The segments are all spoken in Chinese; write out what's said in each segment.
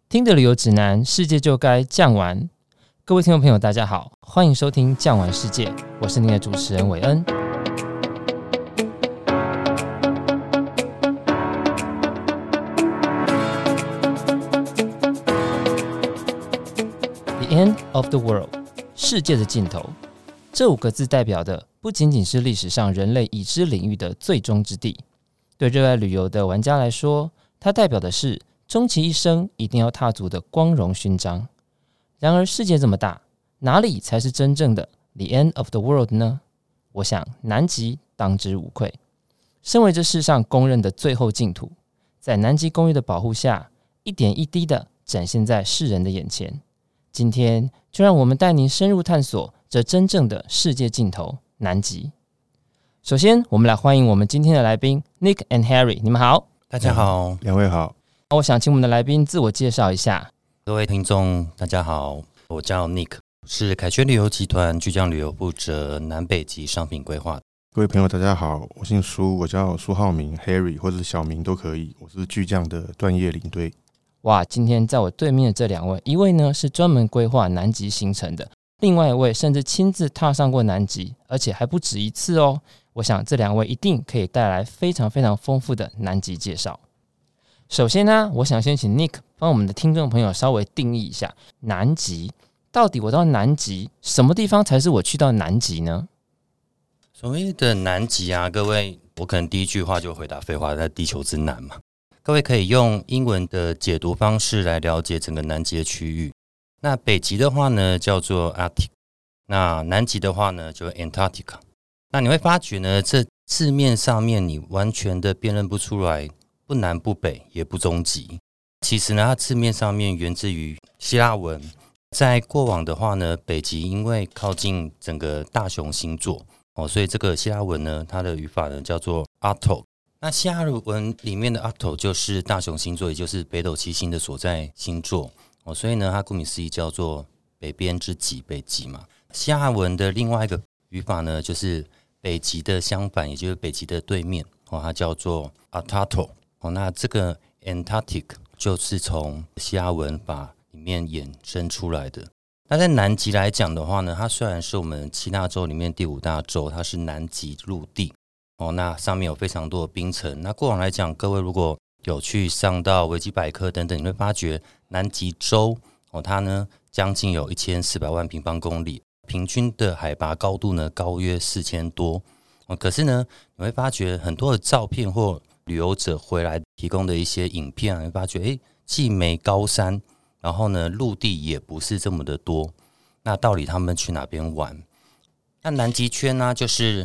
听的旅游指南，世界就该酱玩。各位听众朋友大家好，欢迎收听酱玩世界，我是您的主持人韦恩。The end of the world， 世界的尽头。这5个字代表的不仅仅是历史上人类已知领域的最终之地，对热爱旅游的玩家来说，它代表的是终其一生一定要踏足的光荣勋章。然而世界这么大，哪里才是真正的 The end of the world 呢？我想南极当之无愧。身为这世上公认的最后净土，在南极公约的保护下，一点一滴的展现在世人的眼前。今天就让我们带您深入探索这真正的世界尽头——南极。首先，我们来欢迎我们今天的来宾 Nick and Harry， 你们好。 大家好， 两位好。 我想请我们的来宾自我介绍一下。 各位听众大家好，我叫 Nick， 是凯旋旅游集团巨匠旅游负责南北极商品规划。 各位朋友大家好，我姓苏，我叫苏浩明 Harry 或者是小明都可以，我是巨匠的断叶领队。 哇，今天在我对面的这2位，一位呢是专门规划南极行程的，另外一位甚至亲自踏上过南极，而且还不止一次哦。我想这2位一定可以带来非常非常丰富的南极介绍。首先呢，我想先请 Nick 帮我们的听众朋友稍微定义一下南极。到底我到南极什么地方才是我去到南极呢？ 所谓的南极啊，各位，我可能第一句话就回答废话，在地球之南嘛。各位可以用英文的解读方式来了解整个南极的区域。那北极的话呢，叫做 Arctic， 那南极的话呢，就 Antarctica。那你会发觉呢，这字面上面你完全的辨认不出来，不南不北也不中极。其实呢，它字面上面源自于希腊文。在过往的话呢，北极因为靠近整个大熊星座所以这个希腊文呢，它的语法呢叫做 Arctos。那希腊文里面的 Arctos 就是大熊星座，也就是北斗七星的所在星座所以呢，它顾名思义叫做北边之极，北极嘛。希腊文的另外一个语法呢，就是北极的相反，也就是北极的对面它叫做 Antarctos。那这个 Antarctic 就是从希腊文法里面衍生出来的。那在南极来讲的话呢，它虽然是我们7大洲里面第5大洲，它是南极陆地那上面有非常多的冰层。那过往来讲，各位如果有去上到维基百科等等，你会发觉南极洲它呢将近有1400万平方公里，平均的海拔高度呢高约4000多可是呢，你会发觉很多的照片或旅游者回来提供的一些影片你会发觉既没高山，然后呢陆地也不是这么的多。那到底他们去哪边玩？那南极圈呢，就是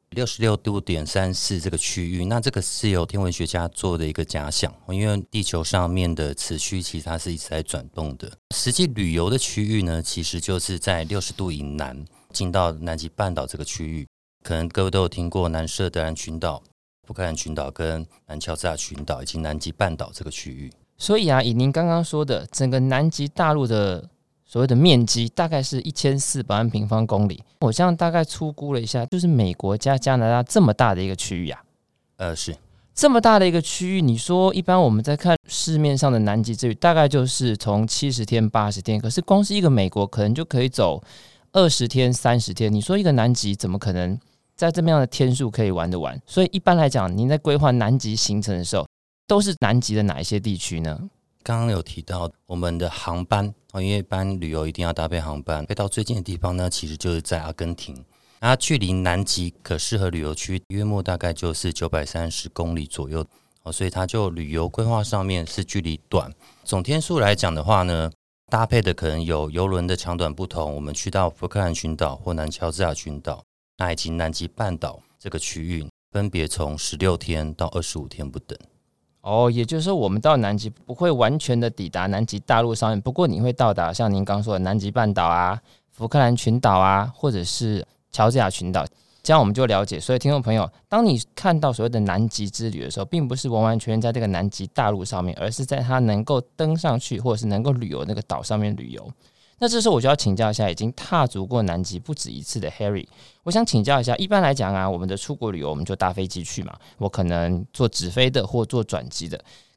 66度34这个区域。那这个是由天文学家做的一个假想，因为地球上面的磁区其实它是一直在转动的。实际旅游的区域呢，其实就是在60度以南进到南极半岛这个区域。可能各位都有听过南设德兰群岛、福克兰群岛跟南乔治亚群岛以及南极半岛这个区域。 所以以您刚刚说的，整个南极大陆的所谓的面积大概是1400万平方公里。我这样大概粗估了一下，就是美国加加拿大这么大的一个区域是这么大的一个区域。你说一般我们在看市面上的南极之旅，大概就是从70天、80天，可是光是一个美国可能就可以走20天、30天。你说一个南极怎么可能在这么样的天数可以玩得完？所以一般来讲，您在规划南极行程的时候，都是南极的哪一些地区呢？ 刚刚有提到我们的航班因为一般旅游一定要搭配航班，飞到最近的地方呢，其实就是在阿根廷。那距离南极可适合旅游区约莫大概就是930公里左右所以它就旅游规划上面是距离短。总天数来讲的话呢，搭配的可能有邮轮的长短不同，我们去到福克兰群岛或南乔治亚群岛，那以及南极半岛这个区域，分别从16天到25天不等。 也就是说我们到南极不会完全的抵达南极大陆上面，不过你会到达像您刚说的南极半岛福克兰群岛或者是乔治亚群岛。这样我们就了解，所以听众朋友，当你看到所谓的南极之旅的时候，并不是完完全全在这个南极大陆上面，而是在它能够登上去或者是能够旅游那个岛上面旅游。那这时候我就要请教一下已经踏足过南极不止一次的 Harry， 我想请教一下，一般来讲我们的出国旅游我们就搭飞机去嘛，我可能坐直飞的或坐转机的。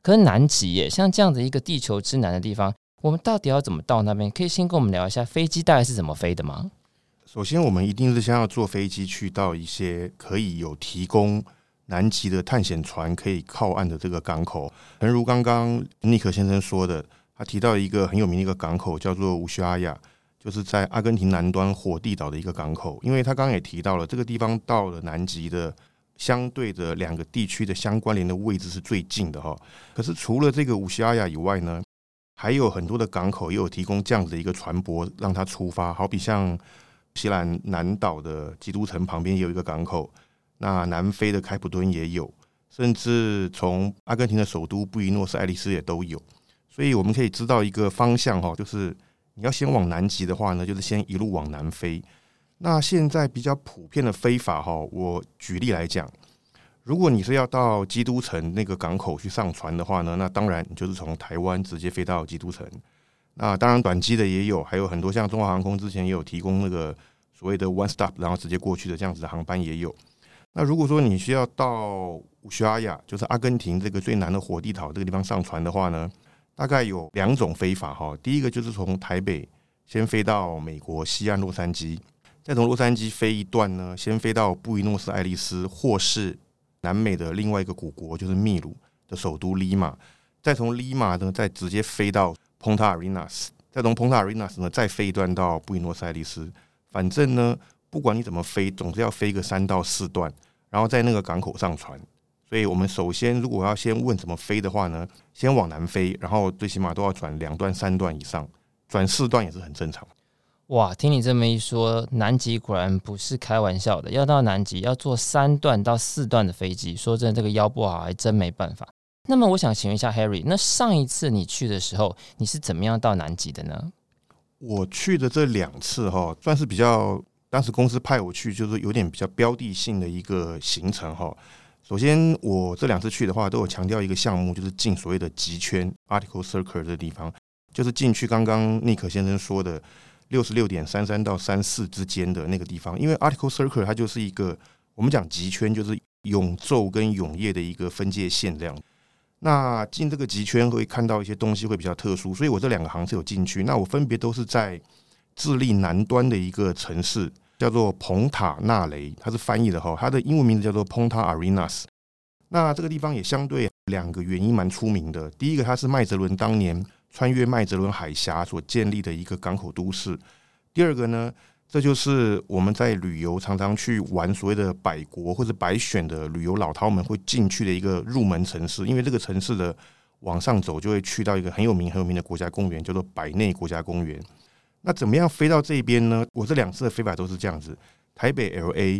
可是南极耶，像这样的一个地球之南的地方，我们到底要怎么到那边？可以先跟我们聊一下飞机大概是怎么飞的吗？ 首先，我们一定是先要坐飞机去到一些可以有提供南极的探险船可以靠岸的这个港口。诚如刚刚尼克先生说的，他提到一个很有名的一个港口叫做乌须阿亚，就是在阿根廷南端火地岛的一个港口。因为他刚刚也提到了，这个地方到了南极的相对的两个地区的相关联的位置是最近的哈。可是除了这个乌须阿亚以外呢，还有很多的港口也有提供这样子的一个船舶让它出发，好比像西兰南岛的基督城旁边也有一个港口，那南非的开普敦也有，甚至从阿根廷的首都布宜诺斯艾利斯也都有。所以我们可以知道一个方向，就是你要先往南极的话呢，就是先一路往南飞。那现在比较普遍的飞法，我举例来讲，如果你是要到基督城那个港口去上船的话呢，那当然你就是从台湾直接飞到基督城。那当然短机的也有，还有很多像中华航空之前也有提供那个所谓的 one stop 然后直接过去的这样子的航班也有。那如果说你需要到乌须阿亚，就是阿根廷这个最南的火地岛这个地方上船的话呢，大概有2种飞法。第一个就是从台北先飞到美国西岸洛杉矶，再从洛杉矶飞一段呢，先飞到布宜诺斯艾利斯，或是南美的另外一个古国就是秘鲁的首都利马，再从利马呢再直接飞到Punta Arenas， 再从 Punta Arenas 呢再飞一段到布宜诺斯艾利斯。反正呢，不管你怎么飞，总是要飞个3到4段，然后在那个港口上船。所以我们首先如果要先问怎么飞的话呢，先往南飞，然后最起码都要转2段3段以上，转4段也是很正常。 哇，听你这么一说，南极果然不是开玩笑的，要到南极要坐3段到4段的飞机，说真的，这个腰不好还真没办法。那么我想请问一下 Harry， 那上一次你去的时候，你是怎么样到南极的呢？ 我去的这2次算是比较，当时公司派我去，就是有点比较标的性的一个行程。首先我这2次去的话，都有强调一个项目，就是进所谓的极圈 Arctic Circle 的地方，就是进去刚刚尼克先生说的66.33到34之间的那个地方。因为 Arctic Circle 它就是一个我们讲极圈，就是永昼跟永夜的一个分界线这样。那进这个极圈会看到一些东西会比较特殊，所以我这2个航次有进去。那我分别都是在智利南端的一个城市，叫做蓬塔纳雷，它是翻译的它的英文名字叫做 Punta Arenas。那这个地方也相对2个原因蛮出名的。第一个，它是麦哲伦当年穿越麦哲伦海峡所建立的一个港口都市。第二个呢，这就是我们在旅游常常去玩所谓的百国或者百选的旅游老饕们会进去的一个入门城市。因为这个城市的往上走就会去到一个很有名的国家公园，叫做百内国家公园。那怎么样飞到这边呢？我这2次的飞法都是这样子：台北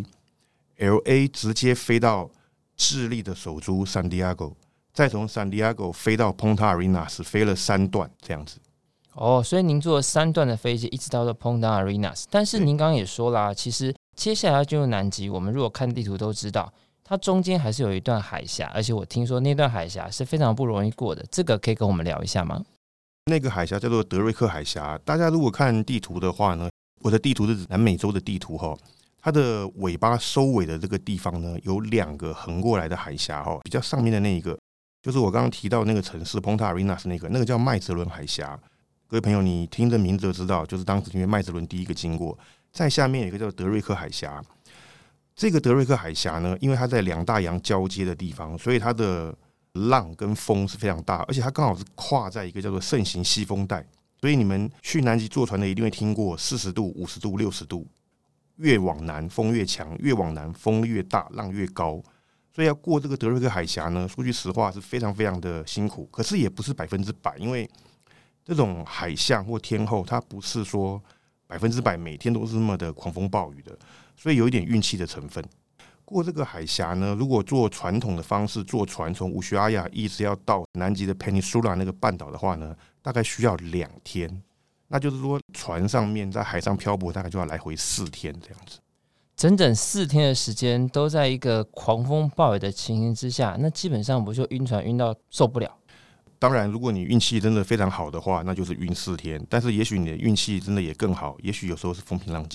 LA 直接飞到智利的首都 San Diego， 再从 San Diego 飞到 Punta Arenas， 飞了3段这样子。 所以您坐了3段的飞机，一直到了 Punta Arenas。但是您刚刚也说啦，其实接下来要进入南极，我们如果看地图都知道，它中间还是有一段海峡，而且我听说那段海峡是非常不容易过的，这个可以跟我们聊一下吗？ 那个海峡叫做德瑞克海峡。大家如果看地图的话呢，我的地图是指南美洲的地图它的尾巴收尾的这个地方呢，有2个横过来的海峡比较上面的那一个就是我刚刚提到那个城市 Punta Arenas 那个叫麦哲伦海峡。各位朋友，你听这名字就知道，就是当时因为麦哲伦第一个经过。在下面有一个叫德瑞克海峡。这个德瑞克海峡呢，因为它在2大洋交接的地方，所以它的浪跟风是非常大，而且它刚好是跨在一个叫做盛行西风带。所以你们去南极坐船的一定会听过40度、50度、60度，越往南风越强，越往南风越大，浪越高。所以要过这个德瑞克海峡呢，说句实话是非常非常的辛苦，可是也不是100%，因为这种海象或天候，它不是说100%每天都是那么的狂风暴雨的，所以有一点运气的成分。过这个海峡呢，如果做传统的方式坐船从乌须阿亚一直要到南极的 Peninsula 那个半岛的话呢，大概需要2天。那就是说，船上面在海上漂泊，大概就要来回4天这样子。 整整4天的时间都在一个狂风暴雨的情形之下，那基本上不就晕船晕到受不了？ 当然，如果你运气真的非常好的话，那就是晕4天。但是也许你的运气真的也更好，也许有时候是风平浪静的。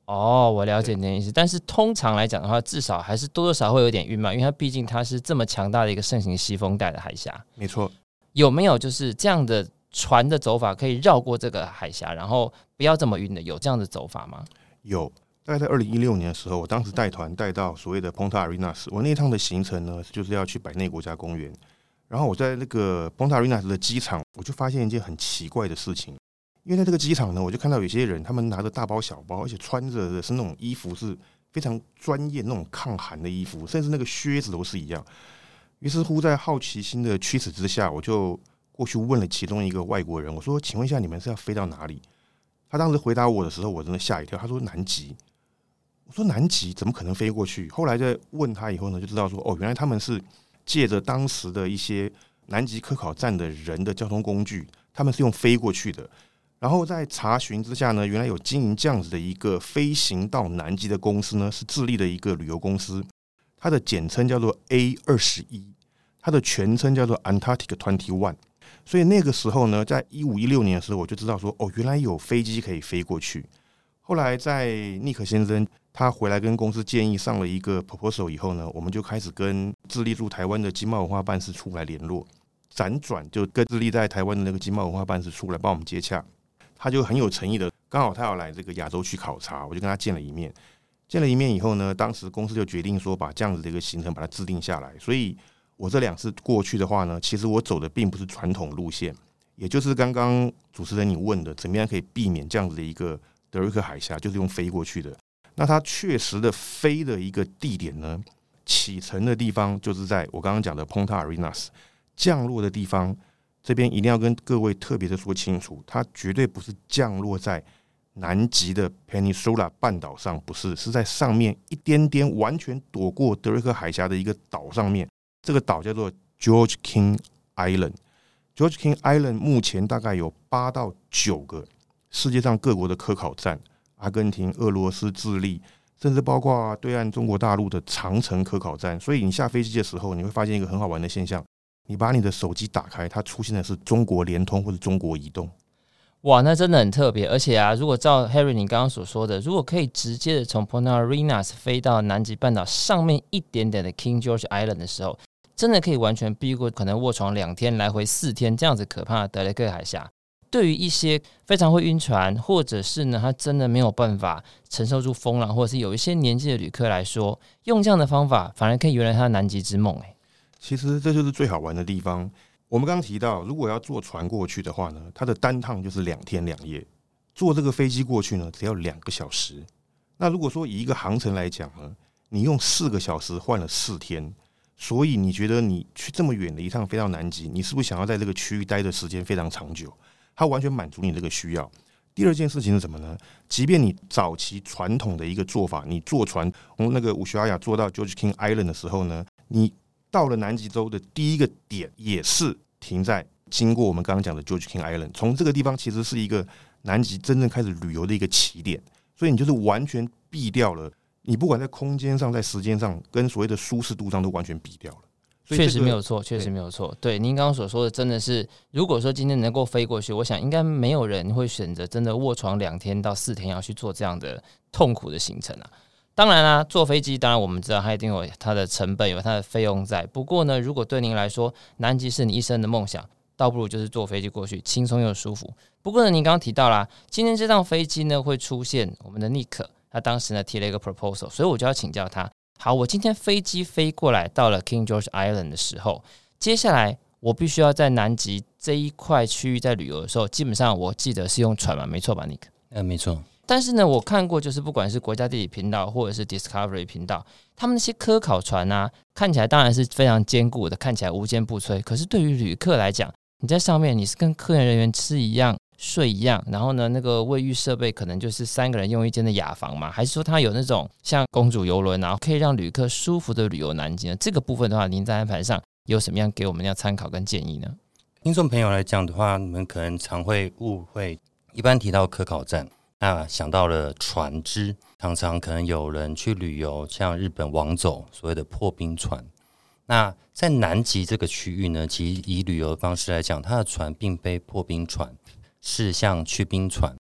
哦，我了解你的意思，但是通常来讲的话，至少还是多多少少会有点晕嘛，因为它毕竟它是这么强大的一个盛行西风带的海峡。 没错。 有没有就是这样的船的走法可以绕过这个海峡，然后不要这么晕的？有这样的走法吗？ 有，大概在2016年的时候，我当时带团带到所谓的 Punta Arenas， 我那一趟的行程呢，就是要去百内国家公园。然后我在那个 Punta Arenas 的机场，我就发现一件很奇怪的事情。因为在这个机场呢，我就看到有些人，他们拿着大包小包，而且穿着的是那种衣服是非常专业、那种抗寒的衣服，甚至那个靴子都是一样。于是乎，在好奇心的驱使之下，我就过去问了其中一个外国人，我说：“请问一下，你们是要飞到哪里？”他当时回答我的时候，我真的吓一跳。他说：“南极。”我说：“南极怎么可能飞过去？”后来在问他以后呢，就知道说：“哦，原来他们是借着当时的一些南极科考站的人的交通工具，他们是用飞过去的。”然后在查询之下呢，原来有经营这样子的一个飞行到南极的公司呢，是智利的一个旅游公司，它的简称叫做 A21， 它的全称叫做 Antarctic 21。所以那个时候呢，在15、16年的时候，我就知道说，哦，原来有飞机可以飞过去。后来在尼克先生他回来跟公司建议上了一个 proposal 以后呢，我们就开始跟致力驻台湾的经贸文化办事处来联络，辗转就跟致力在台湾的那个经贸文化办事处来帮我们接洽。他就很有诚意的，刚好他要来这个亚洲区考察，我就跟他见了一面。见了一面以后呢，当时公司就决定说把这样子的一个行程把它制定下来。所以我这2次过去的话呢，其实我走的并不是传统路线，也就是刚刚主持人你问的，怎么样可以避免这样子的一个德瑞克海峡，就是用飞过去的。那它确实的飞的一个地点呢，启程的地方就是在我刚刚讲的 Punta Arenas， 降落的地方。这边一定要跟各位特别的说清楚，它绝对不是降落在南极的 Peninsula 半岛上，不是，是在上面一点点完全躲过德瑞克海峡的一个岛上面。这个岛叫做 George King Island。George King Island 目前大概有8到9个世界上各国的科考站，阿根廷、俄罗斯、智利，甚至包括对岸中国大陆的长程科考站。所以你下飞机的时候，你会发现一个很好玩的现象。你把你的手机打开，它出现的是中国联通或者中国移动。 哇，那真的很特别。而且啊，如果照 Harry 你刚刚所说的，如果可以直接的从 Punta Arenas 飞到南极半岛上面一点点的 King George Island 的时候，真的可以完全避过可能卧床2天来回4天这样子可怕的德雷克海峡。对于一些非常会晕船，或者是呢他真的没有办法承受住风浪，或者是有一些年纪的旅客来说，用这样的方法反而可以圆来他的南极之梦。 其实这就是最好玩的地方。我们刚刚提到，如果要坐船过去的话呢，它的单趟就是2天2夜，坐这个飞机过去呢，只要2个小时。那如果说以一个航程来讲呢，你用4个小时换了4天，所以你觉得你去这么远的一趟飞到南极，你是不是想要在这个区域待的时间非常长久？它完全满足你这个需要。第二件事情是什么呢？即便你早期传统的一个做法，你坐船从那个乌苏阿亚坐到 George King Island 的时候呢，你到了南极洲的第一个点也是停在经过我们刚刚讲的 George King Island， 从这个地方其实是一个南极真正开始旅游的一个起点，所以你就是完全避掉了，你不管在空间上、在时间上跟所谓的舒适度上都完全避掉了。 确实没有错，确实没有错。对，您刚刚所说的真的是，如果说今天能够飞过去，我想应该没有人会选择真的卧床2天到4天要去做这样的痛苦的行程啊。当然啦，坐飞机当然我们知道它一定有它的成本，有它的费用在。不过呢，如果对您来说南极是你一生的梦想，倒不如就是坐飞机过去，轻松又舒服。不过呢，您刚刚提到啦，今天这趟飞机呢会出现我们的 Nick， 他当时呢提了一个 proposal， 所以我就要请教他。好，我今天飞机飞过来到了 King George Island 的时候，接下来我必须要在南极这一块区域在旅游的时候，基本上我记得是用船嘛，没错吧 Nick？ 没错。 但是呢，我看过，就是不管是国家地理频道或者是 Discovery 频道，他们那些科考船啊，看起来当然是非常坚固的，看起来无坚不摧。可是对于旅客来讲，你在上面你是跟客人员吃一样、睡一样，然后呢，那个卫浴设备可能就是3个人用一间的雅房嘛，还是说它有那种像公主游轮啊，可以让旅客舒服的旅游南极呢？这个部分的话，您在安排上有什么样给我们要参考跟建议呢？ 听众朋友来讲的话，你们可能常会误会，一般提到科考站，那想到了船只，常常可能有人去旅游，像日本往走所谓的破冰船。那在南极这个区域呢，其实以旅游的方式来讲，它的船并非破冰船，是像去冰船。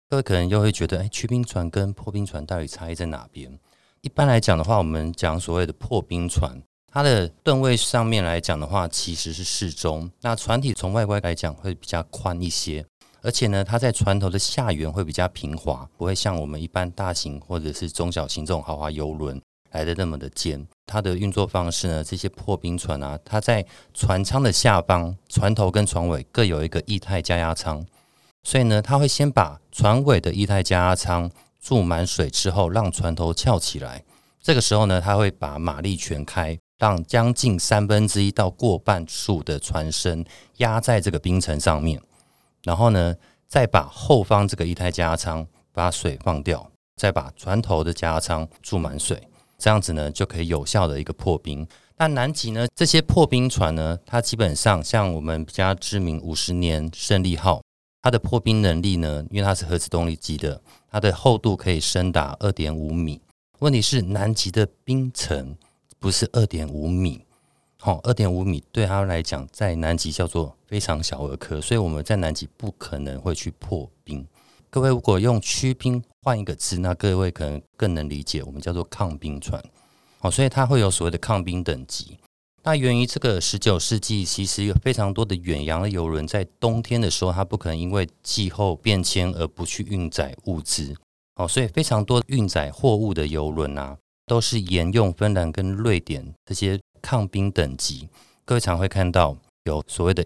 各位可能又会觉得，驱冰船跟破冰船到底差异在哪边？一般来讲的话，我们讲所谓的破冰船，它的吨位上面来讲的话，其实是适中。那船体从外观来讲会比较宽一些，而且呢，它在船头的下缘会比较平滑，不会像我们一般大型或者是中小型这种豪华邮轮来的那么的尖。它的运作方式呢，这些破冰船啊，它在船舱的下方，船头跟船尾各有一个液态加压舱。所以呢，它会先把船尾的液态加压舱注满水之后，让船头翘起来。这个时候呢，它会把马力全开，让将近1/3到过半数的船身压在这个冰层上面。然后呢，再把后方这个液态加压舱把水放掉，再把船头的加压舱注满水，这样子呢就可以有效的一个破冰。那南极呢，这些破冰船呢，它基本上像我们比较知名50年胜利号。它的破冰能力呢，因为它是核子动力机的，它的厚度可以深达 2.5 米。问题是南极的冰层不是 2.5 米，2.5 米对他们来讲在南极叫做非常小儿科，所以我们在南极不可能会去破冰。各位如果用驱冰换一个字，那各位可能更能理解，我们叫做抗冰船。所以它会有所谓的抗冰等级。那源于这个19世纪，其实有非常多的远洋的邮轮在冬天的时候，它不可能因为气候变迁而不去运载物资，所以非常多运载货物的邮轮啊，都是沿用芬兰跟瑞典这些抗冰等级。各位常会看到有所谓的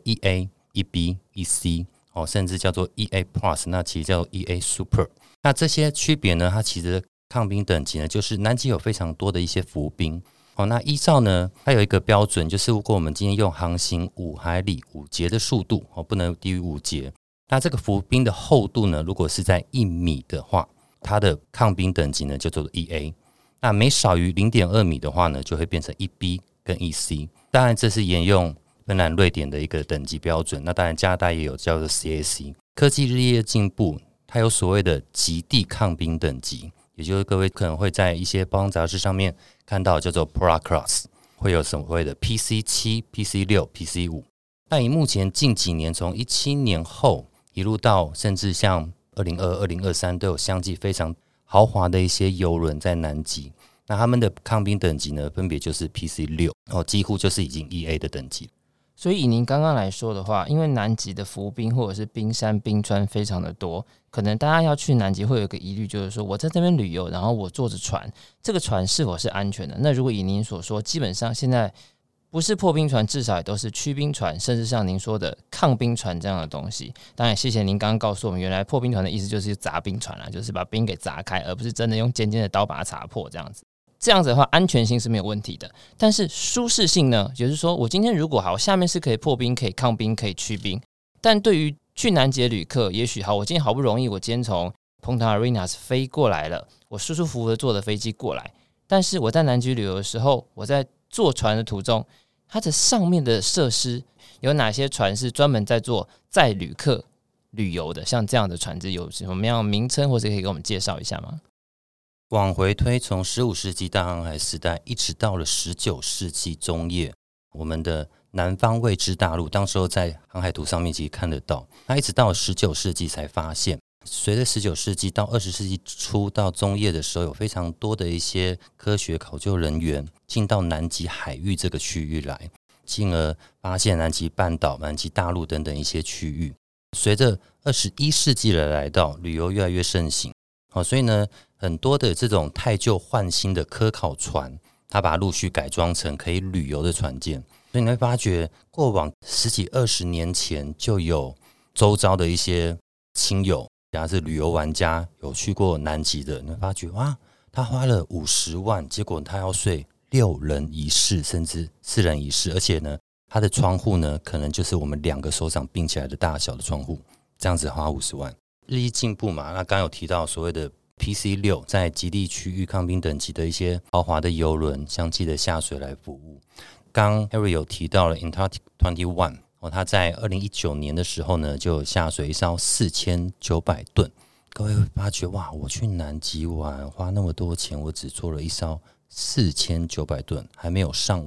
EA、EB、EC，甚至叫做 EA Plus， 那其实叫做 EA Super。那这些区别呢，它其实抗冰等级呢，就是南极有非常多的一些浮冰。那依照呢，它有一个标准，就是如果我们今天用航行5海里5节的速度，不能低于5节。那这个浮冰的厚度呢，如果是在1米的话，它的抗冰等级呢就叫做 EA。那每少于 0.2 米的话呢，就会变成 EB 跟 EC。当然这是沿用芬兰、瑞典的一个等级标准。那当然加拿大也有叫做 CAC。科技日夜进步，它有所谓的极地抗冰等级。也就是各位可能会在一些包装杂志上面看到叫做 Polar Class， 会有所谓的 PC7、PC6、PC5。那以目前近几年，从17年后一路到甚至像2022、2023都有相继非常豪华的一些邮轮在南极。那他们的抗冰等级呢，分别就是 PC6，几乎就是已经 EA 的等级。 所以以您刚刚来说的话，因为南极的浮冰或者是冰山冰川非常的多，可能大家要去南极会有一个疑虑，就是说我在这边旅游，然后我坐着船，这个船是否是安全的？那如果以您所说，基本上现在不是破冰船，至少也都是驱冰船，甚至像您说的抗冰船这样的东西。当然谢谢您刚刚告诉我们，原来破冰船的意思就是砸冰船啦，就是把冰给砸开，而不是真的用尖尖的刀把它砸破这样子。这样子的话，安全性是没有问题的，但是舒适性呢？就是说我今天如果好，下面是可以破冰、可以抗冰、可以驱冰，但对于去南极的旅客，也许好，我今天好不容易，我今天从 Punta Arenas 飞过来了，我舒舒服服的坐的飞机过来，但是我在南极旅游的时候，我在坐船的途中，它的上面的设施有哪些船是专门在做载旅客旅游的？像这样的船只有什么样的名称，或者可以给我们介绍一下吗？ 往回推，从15世纪大航海时代一直到了19世纪中叶，我们的南方未知大陆，当时候在航海图上面其实看得到。那一直到19世纪才发现，随着19世纪到20世纪初到中叶的时候，有非常多的一些科学考究人员进到南极海域这个区域来，进而发现南极半岛、南极大陆等等一些区域。随着21世纪的来到，旅游越来越盛行，所以呢，很多的这种太旧换新的科考船，它把它陆续改装成可以旅游的船舰。所以你会发觉，过往10几20年前就有周遭的一些亲友，假如是旅游玩家有去过南极的，你会发觉哇，他花了50万，结果他要睡6人一室，甚至4人一室，而且呢，他的窗户呢，可能就是我们2个手掌并起来的大小的窗户，这样子花50万。日益进步嘛，那刚刚有提到所谓的 PC6 在极地区域抗冰等级的一些豪华的邮轮相继的下水来服务。刚 Harry 有提到了 Antarctic 21，他在2019年的时候呢，就有下水一艘4900吨。各位会发觉哇，我去南极玩花那么多钱，我只坐了一艘4900吨，还没有上万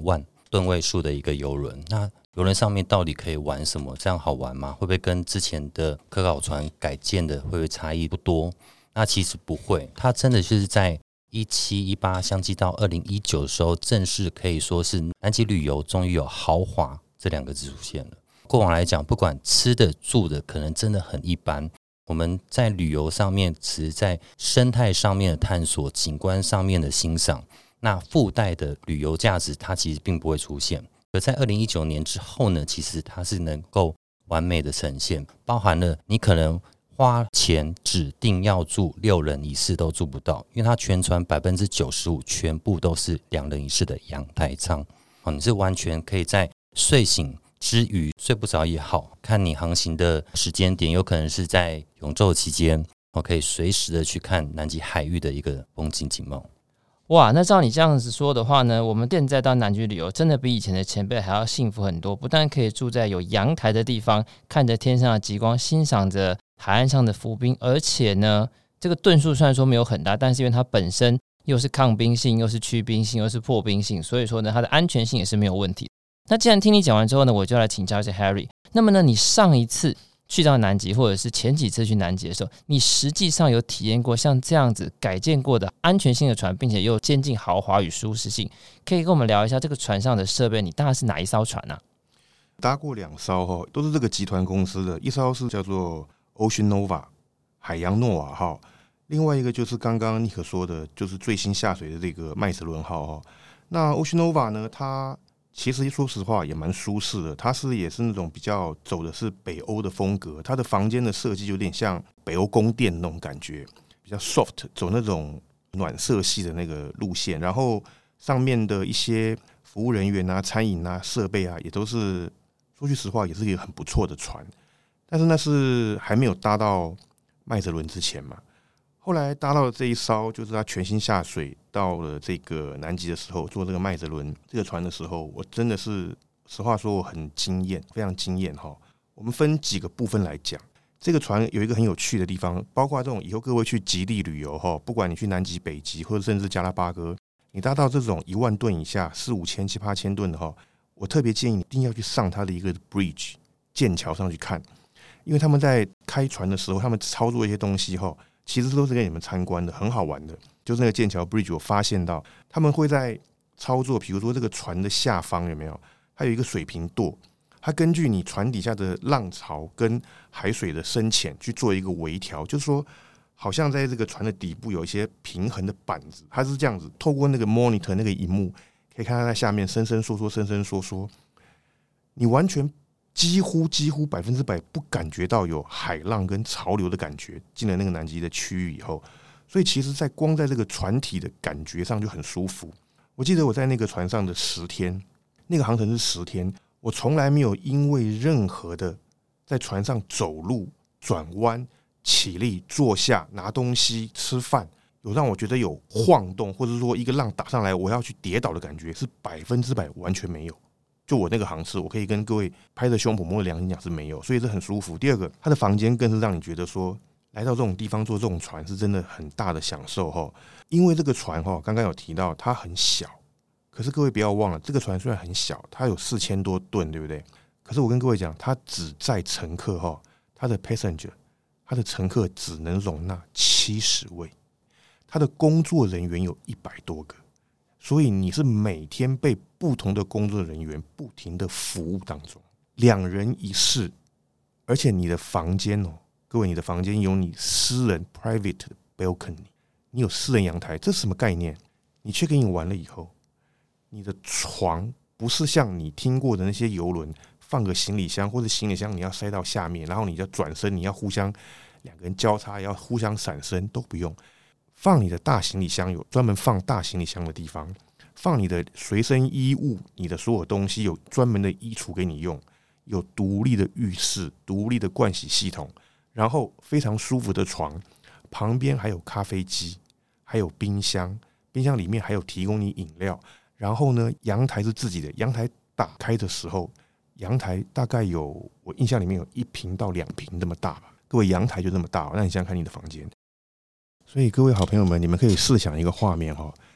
吨位数的一个邮轮。那邮轮上面到底可以玩什么？这样好玩吗？会不会跟之前的科考船改建的会不会差异不多？那其实不会，它真的是在17、18相继到2019的时候，正式可以说是南极旅游终于有豪华这2个字出现了。过往来讲，不管吃的住的，可能真的很一般。我们在旅游上面，只是在生态上面的探索、景观上面的欣赏，那附带的旅游价值，它其实并不会出现。而在2019年之后呢，其实它是能够完美的呈现，包含了你可能花钱指定要住6人一室都住不到，因为它全船95%全部都是2人一室的阳台舱。你是完全可以在睡醒之余睡不着也好，看你航行的时间点，有可能是在永昼期间，可以随时的去看南极海域的一个风景景貌。 哇，那照你这样子说的话呢，我们现在到南极旅游真的比以前的前辈还要幸福很多。不但可以住在有阳台的地方，看着天上的极光，欣赏着海岸上的浮冰，而且呢，这个吨数虽然说没有很大，但是因为它本身又是抗冰性，又是去冰性，又是破冰性，所以说呢，它的安全性也是没有问题。那既然听你讲完之后呢，我就来请教一下 Harry。那么呢，你上一次去到南极，或者是前几次去南极的时候，你实际上有体验过像这样子改建过的安全性的船，并且又兼尽豪华与舒适性，可以跟我们聊一下这个船上的设备？你搭的是哪一艘船啊？ 搭过2艘都是这个集团公司的，一艘是叫做 Ocean Nova 海洋诺瓦号，另外一个就是刚刚尼克说的，就是最新下水的这个麦哲伦号。那 Ocean Nova 呢，它其实说实话也蛮舒适的，它也是那种比较走的是北欧的风格，它的房间的设计有点像北欧宫殿那种感觉，比较 soft， 走那种暖色系的那个路线。然后上面的一些服务人员啊、餐饮啊、设备啊，也都是说句实话，也是一个很不错的船。但是那是还没有搭到麦哲伦之前嘛。后来搭到这一艘，就是他全新下水到了这个南极的时候，坐这个麦哲伦这个船的时候，我真的是实话说我很惊艳，非常惊艳。我们分几个部分来讲，这个船有一个很有趣的地方，包括这种以后各位去极地旅游，不管你去南极、北极或者甚至加拉巴哥，你搭到这种1万吨以下4、5千、7、8千吨的，我特别建议你一定要去上它的一个 bridge 剑桥上去看，因为他们在开船的时候，他们操作一些东西其实都是给你们参观的，很好玩的。就是那个剑桥 bridge， 我发现到他们会在操作，比如说这个船的下方有没有，它有一个水平舵，它根据你船底下的浪潮跟海水的深浅去做一个微调，就是说好像在这个船的底部有一些平衡的板子，它是这样子，透过那个 monitor 那个萤幕可以看到在下面伸伸缩缩伸伸缩缩，你完全几乎100%不感觉到有海浪跟潮流的感觉。进了那个南极的区域以后，所以其实在光在这个船体的感觉上就很舒服。我记得我在那个船上的10天，那个航程是10天，我从来没有因为任何的在船上走路、转弯、起立、坐下、拿东西、吃饭，有让我觉得有晃动，或者说一个浪打上来我要去跌倒的感觉，是100%完全没有。就我那个航次，我可以跟各位拍着胸脯摸着良心讲是没有，所以这很舒服。第二个，它的房间更是让你觉得说，来到这种地方坐这种船是真的很大的享受。因为这个船刚刚有提到它很小，可是各位不要忘了，这个船虽然很小，它有4000多吨，对不对？可是我跟各位讲，它只载乘客它的 passenger， 它的乘客只能容纳70位，它的工作人员有100多个。所以你是每天被不同的工作人员不停的服务当中，2人一室，而且你的房间各位，你的房间有你私人 private 的 balcony， 你有私人阳台，这是什么概念？你check in完了以后，你的床不是像你听过的那些邮轮放个行李箱，或者行李箱你要塞到下面，然后你要转身，你要互相2个人交叉，要互相闪身，都不用。放你的大行李箱，有专门放大行李箱的地方，放你的随身衣物，你的所有东西有专门的衣橱给你用，有独立的浴室、独立的盥洗系统，然后非常舒服的床，旁边还有咖啡机，还有冰箱，冰箱里面还有提供你饮料。然后呢，阳台是自己的，阳台打开的时候，阳台大概有我印象里面有1坪到2坪这么大吧，各位阳台就这么大，那你想想看你的房间。所以各位好朋友们，你们可以试想一个画面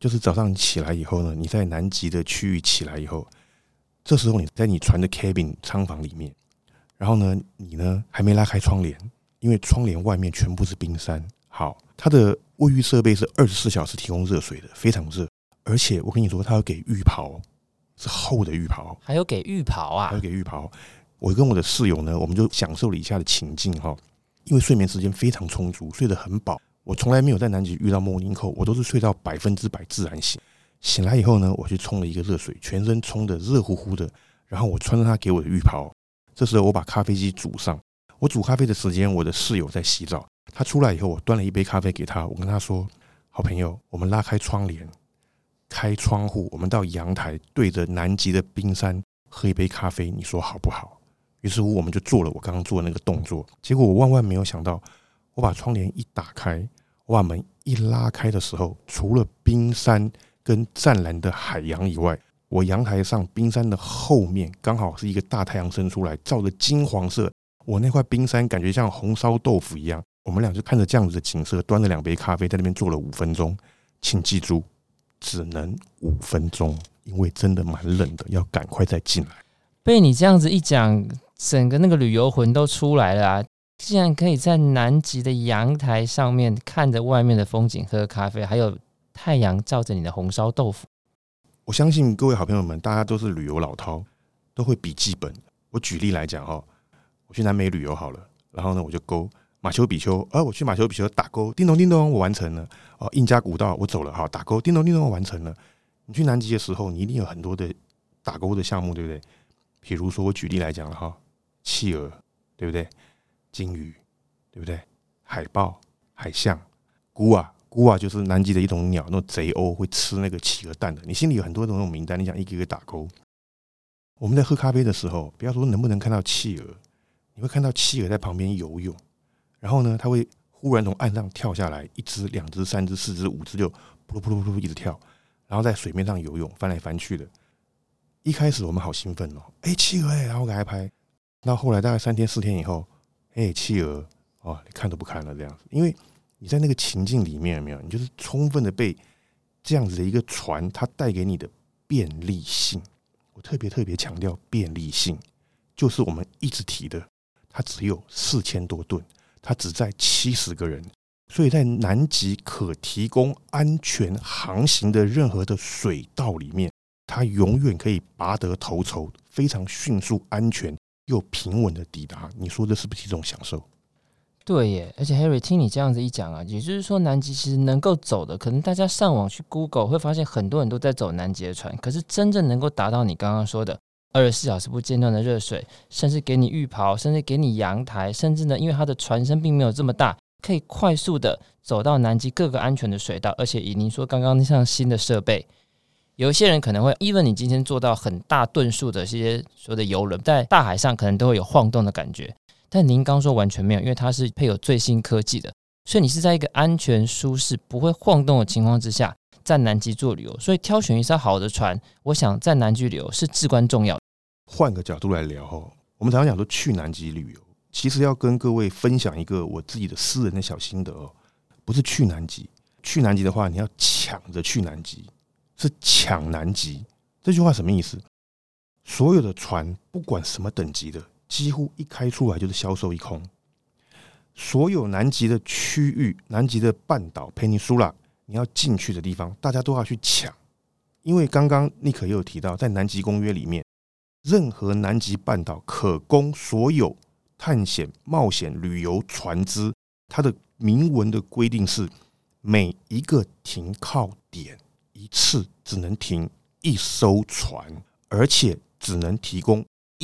就是早上你起来以后呢，你在南极的区域起来以后，这时候你在你船的 cabin 舱房里面，然后呢，你呢还没拉开窗帘，因为窗帘外面全部是冰山。好，它的卫浴设备是24小时提供热水的，非常热，而且我跟你说，它要给浴袍，是厚的浴袍， 还有给浴袍啊， 还有给浴袍。我跟我的室友呢，我们就享受了以下的情境哈，因为睡眠时间非常充足，睡得很饱。我从来没有在南极遇到 morning call， 我都是睡到100%自然醒。醒来以后呢，我去冲了一个热水，全身冲得热乎乎的，然后我穿着他给我的浴袍。这时候我把咖啡机煮上，我煮咖啡的时间，我的室友在洗澡。他出来以后，我端了一杯咖啡给他，我跟他说：“好朋友，我们拉开窗帘，开窗户，我们到阳台，对着南极的冰山喝一杯咖啡，你说好不好？”于是乎，我们就做了我刚刚做的那个动作。结果我万万没有想到，我把窗帘一打开，我把门一拉开的时候，除了冰山跟湛蓝的海洋以外，我阳台上冰山的后面刚好是一个大太阳升出来，照着金黄色，我那块冰山感觉像红烧豆腐一样。我们俩就看着这样子的景色，端着2杯咖啡在那边坐了5分钟。请记住，只能5分钟，因为真的蛮冷的，要赶快再进来。 被你这样子一讲，整个那个旅游魂都出来了啊！竟然可以在南极的阳台上面看着外面的风景喝咖啡，还有太阳照着你的红烧豆腐。 我相信各位好朋友们，大家都是旅游老饕，都会笔记本。我举例来讲哈，我去南美旅游好了，然后呢我就勾马丘比丘，我去马丘比丘打勾，叮咚叮咚，我完成了。印加古道我走了，好打勾，叮咚叮咚，我完成了。你去南极的时候，你一定有很多的打勾的项目，对不对？比如说我举例来讲了哈，企鹅，对不对？鲸鱼，对不对？海豹、海象、孤啊就是南极的一种鸟，那种贼鸥会吃那个企鹅蛋的。你心里有很多那种名单，你想一个一个打勾。我们在喝咖啡的时候，不要说能不能看到企鹅，你会看到企鹅在旁边游泳，然后呢，它会忽然从岸上跳下来，1只、2只、3只、4只、5只就噗噜噗噜噗噜一直跳，然后在水面上游泳，翻来翻去的。一开始我们好兴奋哦，企鹅然后给它拍。到后来大概3天4天以后，企鹅你看都不看了这样子，因为你在那个情境里面有没有？你就是充分的被这样子的一个船它带给你的便利性。我特别强调便利性，就是我们一直提的，它只有4000多吨，它只载70个人，所以在南极可提供安全航行的任何的水道里面，它永远可以拔得头筹，非常迅速、安全又平稳的抵达。你说这是不是一种享受？ 对耶，而且 Harry 听你这样子一讲啊，也就是说南极其实能够走的，可能大家上网去 Google 会发现很多人都在走南极的船，可是真正能够达到你刚刚说的24小时不间断的热水，甚至给你浴袍，甚至给你阳台，甚至呢，因为它的船身并没有这么大，可以快速的走到南极各个安全的水道，而且以您说刚刚像新的设备，有一些人可能会 even 你今天做到很大吨数的这些所谓的邮轮，在大海上可能都会有晃动的感觉，但您刚说完全没有，因为它是配有最新科技的，所以你是在一个安全舒适不会晃动的情况之下在南极做旅游，所以挑选一艘好的船，我想在南极旅游是至关重要的。 换个角度来聊，我们常常讲说去南极旅游，其实要跟各位分享一个我自己的私人的小心得不是去南极，去南极的话你要抢着去南极，是抢南极。这句话什么意思？所有的船不管什么等级的，几乎一开出来就是销售一空。所有南极的区域，南极的半岛 Peninsula， 你要进去的地方，大家都要去抢。因为刚刚尼克也有提到，在南极公约里面，任何南极半岛可供所有探险、冒险、旅游船只，它的明文的规定是，每一个停靠点一次只能停1艘船，而且只能提供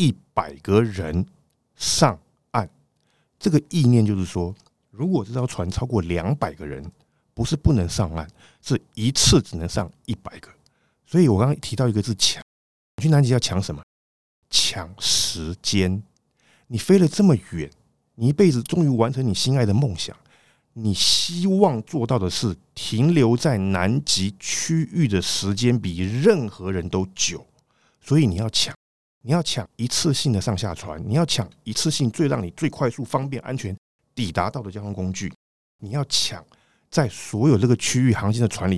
100个人上岸。这个意念就是说，如果这艘船超过200个人，不是不能上岸，是一次只能上100个。所以我刚刚提到一个字抢，你去南极要抢什么？抢时间。你飞了这么远，你一辈子终于完成你心爱的梦想，你希望做到的是停留在南极区域的时间比任何人都久，所以你要抢一次性的上下船，你要抢一次性最让你最快速、方便、安全抵达到的交通工具，你要抢在所有这个区域航行的船里面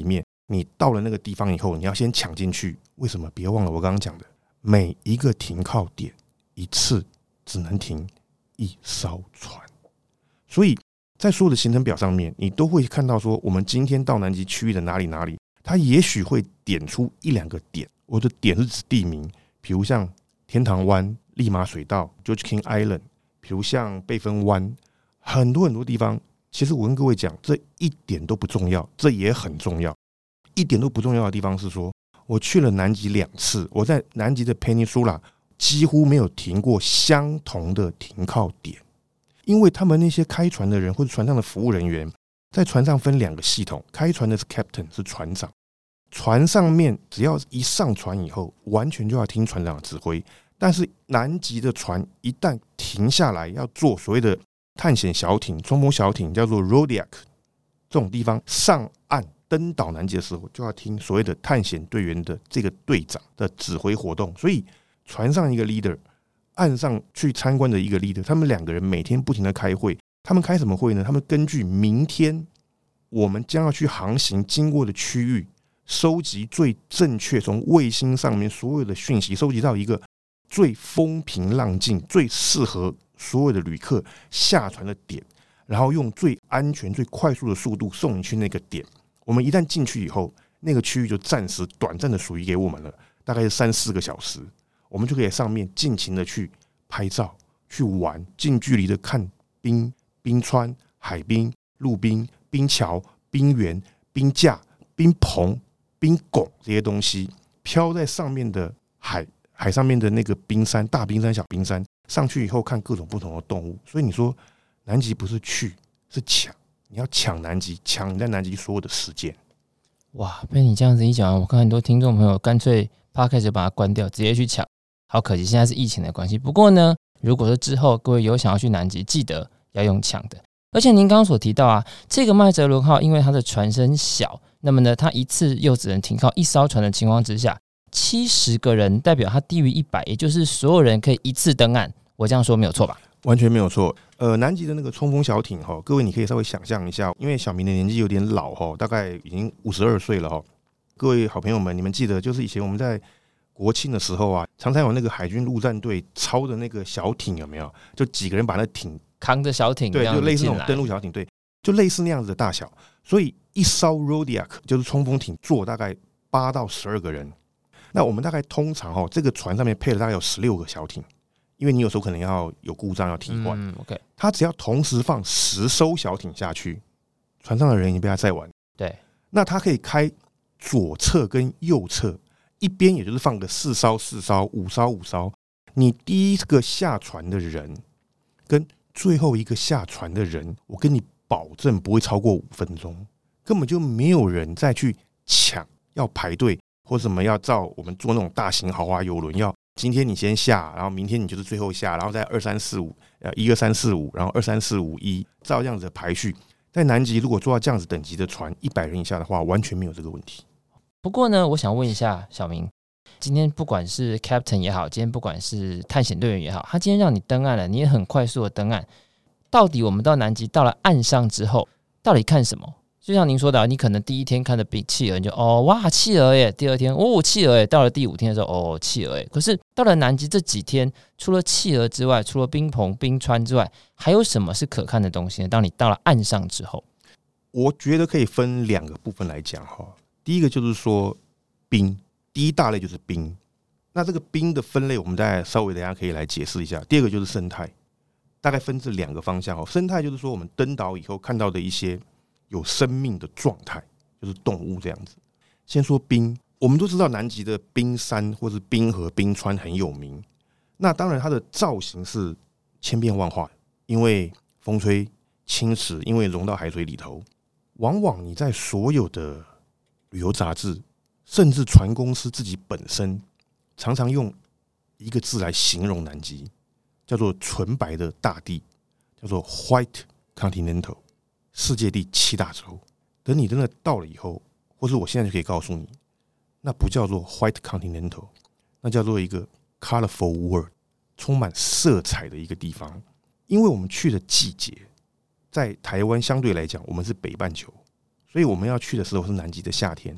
你到了那个地方以后，你要先抢进去。为什么？别忘了我刚刚讲的，每一个停靠点一次只能停一艘船，所以在所有的行程表上面，你都会看到说，我们今天到南极区域的哪里哪里，它也许会点出1、2个点。我的点是指地名，比如像天堂湾、利马水道、George King Island， 比如像贝芬湾，很多很多地方。其实我跟各位讲，这一点都不重要，这也很重要。一点都不重要的地方是说，我去了南极2次，我在南极的 Peninsula 几乎没有停过相同的停靠点，因为他们那些开船的人或者船上的服务人员，在船上分2个系统，开船的是 Captain 是船长，船上面只要一上船以后，完全就要听船长的指挥。但是南极的船一旦停下来要做所谓的探险小艇、冲锋小艇，叫做 Rodiac 这种地方上岸登岛南极的时候，就要听所谓的探险队员的这个队长的指挥活动。所以船上一个 leader， 岸上去参观的一个 leader， 他们2个人每天不停的开会。他们开什么会呢？他们根据明天我们将要去航行经过的区域，收集最正确从卫星上面所有的讯息，收集到一个最风平浪静、最适合所有的旅客下船的点，然后用最安全、最快速的速度送你去那个点。我们一旦进去以后，那个区域就暂时短暂的属于给我们了，大概是3、4个小时，我们就可以在上面尽情的去拍照、去玩，近距离的看冰川、海冰、陆冰、冰桥、冰原、冰架、冰棚、冰拱这些东西，飘在上面的海上面的那个冰山、大冰山、小冰山，上去以后看各种不同的动物。所以你说南极不是去，是抢。你要抢南极，抢你在南极所有的时间。 哇，被你这样子一讲，我看很多听众朋友干脆 Podcast 就把它关掉，直接去抢。好可惜，现在是疫情的关系。不过呢，如果说之后各位有想要去南极，记得要用抢的。而且您刚刚所提到啊，这个麦哲伦号因为它的船身小，那么呢，它一次又只能停靠1艘船的情况之下，70个人代表它低于100，也就是所有人可以一次登岸。我这样说没有错吧？ 完全没有错。南极的那个冲锋小艇各位你可以稍微想象一下，因为小明的年纪有点老大概已经52岁了各位好朋友们，你们记得就是以前我们在国庆的时候啊，常常有那个海军陆战队操的那个小艇，有没有？就几个人把那艇扛着小艇， 对，就类似那种登陆小艇，对，就类似那样子的大小。所以一艘 Rodiac 就是冲锋艇，坐大概8到12个人。那我们大概通常这个船上面配了大概有16个小艇。因为你有时候可能要有故障要替换 ，OK， 他只要同时放10艘小艇下去，船上的人已经被他载完。 对， 那他可以开左侧跟右侧，一边也就是放个4艘、4艘、5艘、5艘。你第一个下船的人跟最后一个下船的人，我跟你保证不会超过5分钟，根本就没有人再去抢，要排队或什么要照我们坐那种大型豪华邮轮要。今天你先下，然后明天你就是最后下，然后再2、3、4、5，1、2、3、4、5，然后2、3、4、5、1，照这样子的排序。在南极，如果做到这样子等级的船，100人以下的话，完全没有这个问题。 不过呢，我想问一下小明，今天不管是 Captain 也好，今天不管是探险队员也好，他今天让你登岸了，你也很快速的登岸，到底我们到南极到了岸上之后，到底看什么？就像您说的，你可能第一天看的企鹅，你就哇企鹅耶，第二天企鹅耶，到了第5天的时候企鹅耶。可是到了南极这几天，除了企鹅之外，除了冰棚、冰川之外，还有什么是可看的东西呢？当你到了岸上之后， 我觉得可以分2个部分来讲第一个就是说冰，第一大类就是冰。那这个冰的分类，我们再稍微等一下可以来解释一下。第二个就是生态，大概分这2个方向生态就是说我们登岛以后看到的一些有生命的状态，就是动物这样子。先说冰，我们都知道南极的冰山或是冰河、冰川很有名。那当然它的造型是千变万化，因为风吹侵蚀，因为融到海水里头。往往你在所有的旅游杂志，甚至船公司自己本身，常常用一个字来形容南极，叫做纯白的大地，叫做 White Continental。世界第7大洲，等你真的到了以后，或是我现在就可以告诉你，那不叫做 White Continental， 那叫做一个 Colorful World， 充满色彩的一个地方。因为我们去的季节，在台湾相对来讲，我们是北半球，所以我们要去的时候是南极的夏天。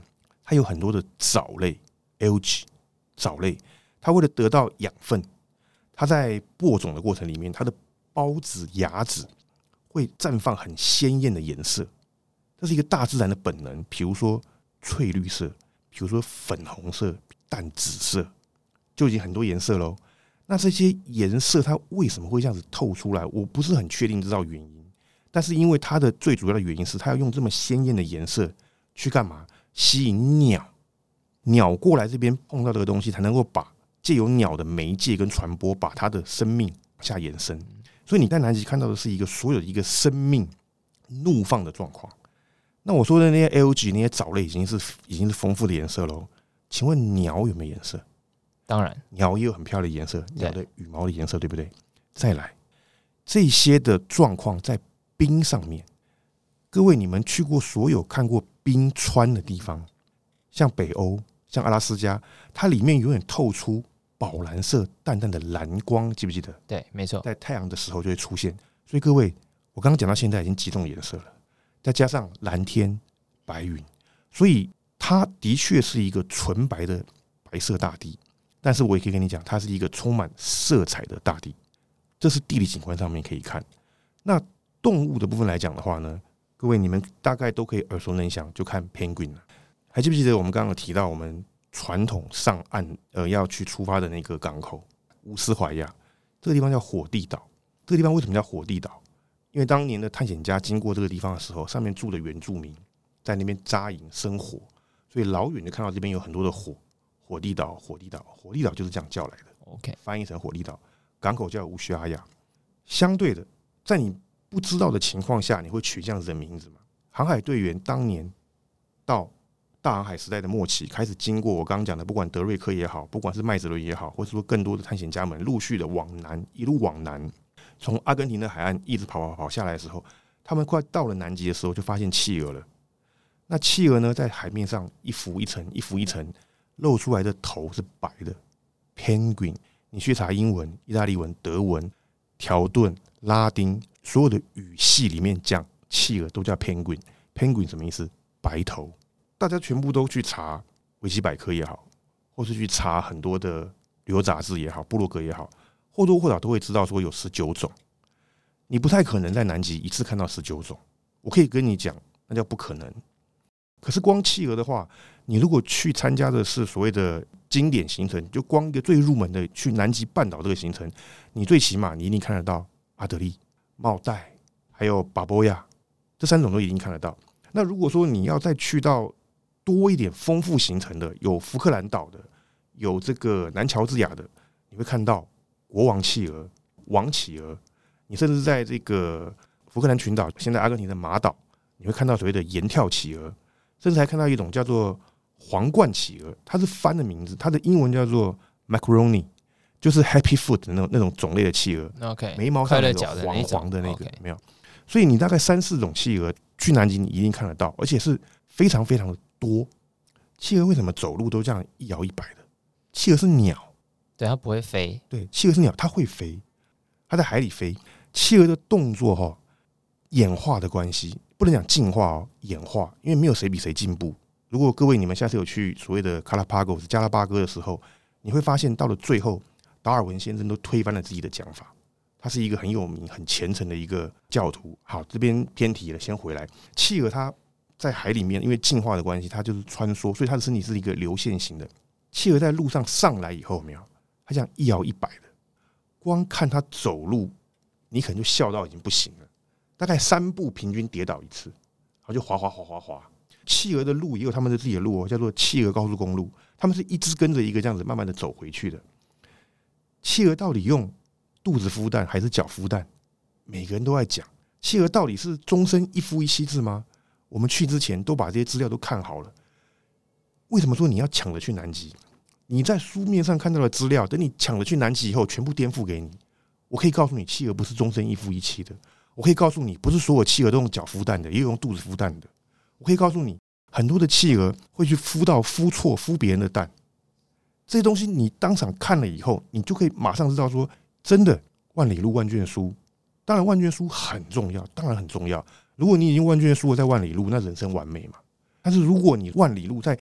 它有很多的藻类 algae 藻类，它为了得到养分，它在播种的过程里面，它的孢子、芽子会绽放很鲜艳的颜色，这是一个大自然的本能。比如说翠绿色，比如说粉红色、淡紫色，就已经很多颜色喽。那这些颜色它为什么会这样子透出来？我不是很确定知道原因，但是因为它的最主要的原因是，它要用这么鲜艳的颜色去干嘛？吸引鸟过来这边碰到这个东西，才能够把借由鸟的媒介跟传播，把它的生命往下延伸。所以你在南极看到的是一个所有的一个生命怒放的状况。那我说的那些 algae 那些藻类已经是丰富的颜色喽。请问鸟有没有颜色？ 当然， 鸟也有很漂亮的颜色，鸟的羽毛的颜色，对不对？再来，这些的状况在冰上面，各位你们去过所有看过冰川的地方，像北欧、像阿拉斯加，它里面永远透出宝蓝色淡淡的蓝光，记不记得？ 对，没错， 在太阳的时候就会出现。所以各位，我刚刚讲到现在已经几种颜色了，再加上蓝天、白云，所以它的确是一个纯白的白色大地。但是我也可以跟你讲，它是一个充满色彩的大地，这是地理景观上面可以看。那动物的部分来讲的话呢，各位你们大概都可以耳熟能详，就看 penguin 了。还记不记得我们刚刚有提到我们传统上岸要去出发的那个港口乌斯怀亚，这个地方叫火地岛。这个地方为什么叫火地岛？因为当年的探险家经过这个地方的时候，上面住的原住民在那边扎营生火，所以老远就看到这边有很多的火。火地岛，火地岛，火地岛就是这样叫来的。 OK， 翻译成火地岛，港口叫乌须阿亚。相对的，在你不知道的情况下，你会取这样子的名字吗？航海队员当年到大航海时代的末期，开始经过我刚刚讲的，不管德瑞克也好，不管是麦哲伦也好，或者说更多的探险家们陆续的往南，一路往南，从阿根廷的海岸一直跑下来的时候，他们快到了南极的时候，就发现企鹅了。那企鹅呢，在海面上一浮一层，一浮一层。露出来的头是白的 ，penguin。你去查英文、意大利文、德文、条顿、拉丁，所有的语系里面讲企鹅都叫 penguin。penguin 什么意思？白头。大家全部都去查维基百科也好，或是去查很多的旅游杂志也好、部落格也好，或多或少都会知道说有19种。你不太可能在南极一次看到19种。我可以跟你讲，那叫不可能。可是光企鹅的话，你如果去参加的是所谓的经典行程，就光一个最入门的去南极半岛这个行程，你最起码你一定看得到阿德利、帽带还有巴波亚，这3种都一定看得到。那如果说你要再去到多一点丰富行程的，有福克兰岛的，有这个南乔治亚的，你会看到国王企鹅、王企鹅，你甚至在这个福克兰群岛，现在阿根廷的马岛，你会看到所谓的岩跳企鹅。甚至还看到一种叫做皇冠企鹅，它是番的名字，它的英文叫做 macaroni， 就是 happy foot 的那种种类的企鹅。 OK， 眉毛上有黄黄的那个， okay， 没有？所以你大概3、4种企鹅去南极你一定看得到，而且是非常非常的多。企鹅为什么走路都这样一摇一摆的？企鹅是鸟， 对，它不会飞。 对，企鹅是鸟，它会飞，它在海里飞。企鹅的动作演化的关系。不能讲进化哦，演化，因为没有谁比谁进步。如果各位你们下次有去所谓的加拉巴哥的时候，你会发现到了最后，达尔文先生都推翻了自己的讲法。他是一个很有名、很虔诚的一个教徒。好，这边偏题了，先回来。企鹅它在海里面，因为进化的关系，它就是穿梭，所以它的身体是一个流线型的。企鹅在路上上来以后，有没有？它这样一摇一摆的，光看它走路，你可能就笑到已经不行了。大概3步平均跌倒1次，然后就滑滑滑滑滑。企鹅的路也有他们的自己的路叫做企鹅高速公路，他们是一直跟着一个这样子慢慢的走回去的。企鹅到底用肚子孵蛋还是脚孵蛋？每个人都在讲。企鹅到底是终身一夫一妻制吗？我们去之前都把这些资料都看好了。为什么说你要抢着去南极？你在书面上看到的资料，等你抢着去南极以后，全部颠覆给你。我可以告诉你，企鹅不是终身一夫一妻的。我可以告诉你，不是所有企鹅都用脚孵蛋的，也有用肚子孵蛋的。我可以告诉你，很多的企鹅会去孵错、孵别人的蛋。这些东西你当场看了以后，你就可以马上知道说，真的万里路万卷书。当然，万卷书很重要，当然很重要。如果你已经万卷书了，在万里路，那人生完美嘛。但是如果你万里路在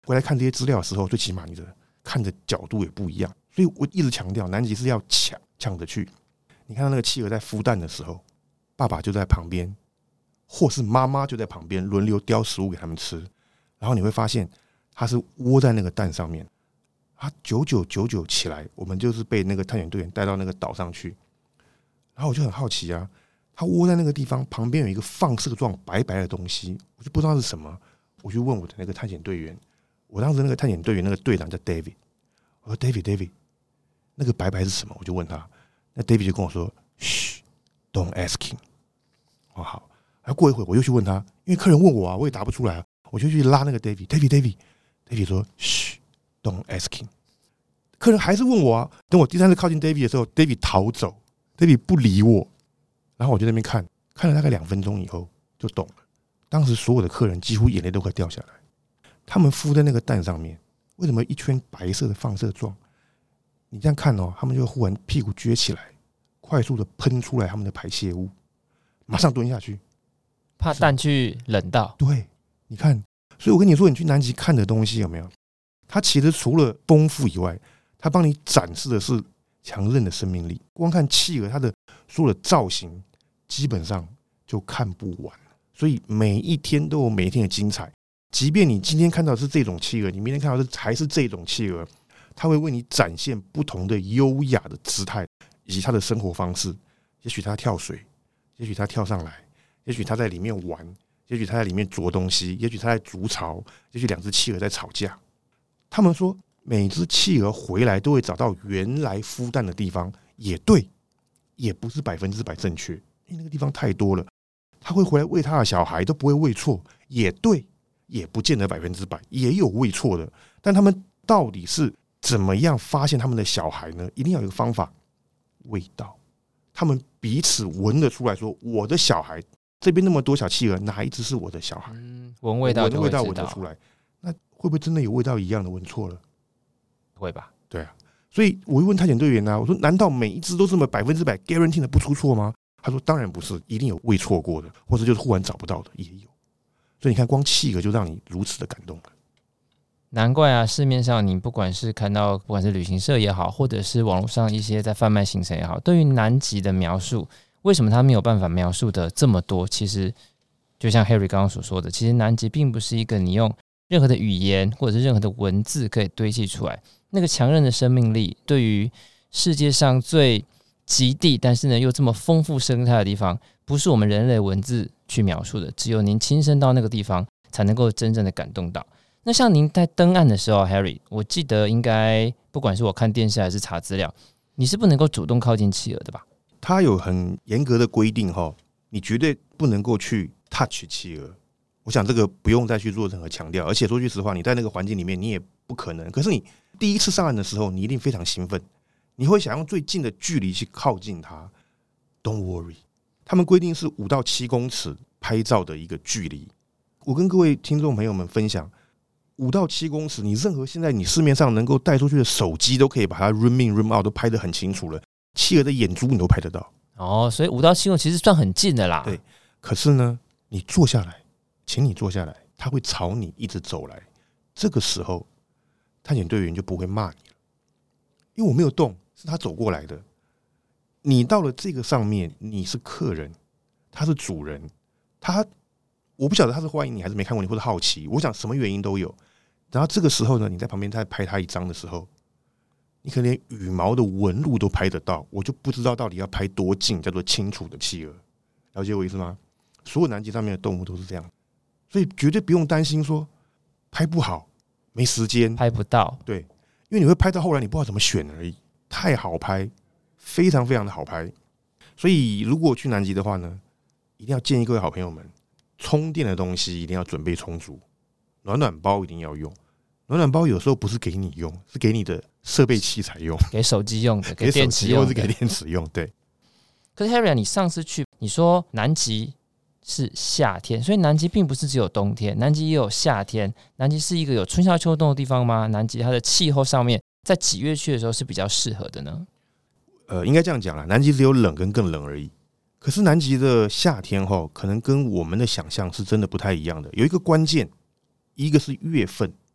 回来看这些资料的时候，最起码你的看的角度也不一样。所以我一直强调，南极是要抢着去。你看到那个企鹅在孵蛋的时候，爸爸就在旁边，或是妈妈就在旁边轮流叼食物给他们吃，然后你会发现它是窝在那个蛋上面。它久起来，我们就是被那个探险队员带到那个岛上去，然后我就很好奇啊，它窝在那个地方旁边有一个放射状白白的东西，我就不知道是什么，我就问我的那个探险队员，我当时那个探险队员那个队长叫 David， 我说 David， 那个白白是什么？我就问他，那 David 就跟我说，嘘 ，Don't ask him。哦好，然后过一会我又去问他，因为客人问我啊，我也答不出来啊，我就去拉那个 David 说，嘘 ，Don't ask him。客人还是问我啊，等我第三次靠近 David 的时候 ，David 逃走 ，David 不理我，然后我就在那边看了大概2分钟以后就懂了。当时所有的客人几乎眼泪都快掉下来。他们孵在那个蛋上面，为什么一圈白色的放射状？你这样看哦，他们就忽然屁股撅起来，快速的喷出来他们的排泄物，马上蹲下去， 怕蛋去冷到。 对，你看，所以我跟你说，你去南极看的东西有没有？它其实除了丰富以外，它帮你展示的是强韧的生命力。光看企鹅，它的所有的造型基本上就看不完，所以每一天都有每一天的精彩。即便你今天看到的是这种企鹅，你明天看到的还是这种企鹅，它会为你展现不同的优雅的姿态以及它的生活方式。也许它跳水，也许它跳上来，也许它在里面玩，也许它在里面啄东西，也许它在筑巢，也许2只企鹅在吵架。他们说每只企鹅回来都会找到原来孵蛋的地方，也对，也不是100%正确，因为那个地方太多了。他会回来喂他的小孩都不会喂错，也对，也不见得100%，也有喂错的。但他们到底是怎么样发现他们的小孩呢？一定要有一个方法，味道。他们彼此闻得出来说，我的小孩这边那么多小企鹅，哪一只是我的小孩？ 闻味道就会知道， 闻得出来。那会不会真的有味道一样的闻错了？ 会吧？ 对啊，所以我会问探险队员啊，我说难道每一只都这么100% guarantee 的不出错吗？他说当然不是，一定有喂错过的，或者就是忽然找不到的也有。所以你看，光企鹅就让你如此的感动了。 难怪啊，市面上你不管是看到，不管是旅行社也好，或者是网络上一些在贩卖行程也好，对于南极的描述，为什么他没有办法描述的这么多？其实就像 Harry 刚刚所说的，其实南极并不是一个你用任何的语言或者是任何的文字可以堆砌出来。那个强韧的生命力，对于世界上最极地，但是呢又这么丰富生态的地方，不是我们人类文字去描述的，只有您亲身到那个地方，才能够真正的感动到。那像您在登岸的时候 ，Harry， 我记得应该不管是我看电视还是查资料，你是不能够主动靠近企鹅的吧？ 它有很严格的规定哈，你绝对不能够去 touch 企鹅。我想这个不用再去做任何强调，而且说句实话，你在那个环境里面，你也不可能。可是你第一次上岸的时候，你一定非常兴奋，你会想用最近的距离去靠近它。Don't worry， 他们规定是5到7公尺拍照的一个距离。我跟各位听众朋友们分享，5到7公尺，你任何现在你市面上能够带出去的手机都可以把它 zoom in zoom out 都拍得很清楚了，企鹅的眼珠你都拍得到。 哦，所以5到7公尺其实算很近的啦。 对，可是呢，你坐下来，请你坐下来，它会朝你一直走来。这个时候，探险队员就不会骂你了，因为我没有动，是他走过来的。你到了这个上面，你是客人，他是主人，我不晓得他是欢迎你还是没看过你或者好奇，我想什么原因都有。然后这个时候呢，你在旁边再拍他一张的时候，你可能连羽毛的纹路都拍得到，我就不知道到底要拍多近叫做清楚的企鹅，了解我意思吗？所有南极上面的动物都是这样，所以绝对不用担心说拍不好、没时间、 拍不到。 对，因为你会拍到后来你不知道怎么选而已，太好拍，非常非常的好拍。所以如果去南极的话呢，一定要建议各位好朋友们，充电的东西一定要准备充足，暖暖包一定要用。暖暖包有时候不是给你用，是给你的设备器材用， 给手机用的， 给电池用的， 是给电池用。对。 可是 Harry， 你上次去，你说南极是夏天，所以南极并不是只有冬天，南极也有夏天。南极是一个有春夏秋冬的地方吗？南极它的气候上面，在几月去的时候是比较适合的呢？ 应该这样讲啦，南极只有冷跟更冷而已。可是南极的夏天后，可能跟我们的想象是真的不太一样的。有一个关键，一个是月份，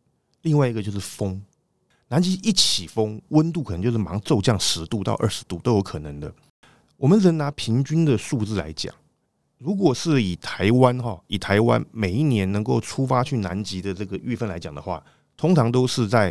另外一个就是风。南极一起风，温度可能就是马上骤降10度到20度都有可能的。我们人拿平均的数字来讲，如果是以台湾每一年能够出发去南极的这个月份来讲的话，通常都是在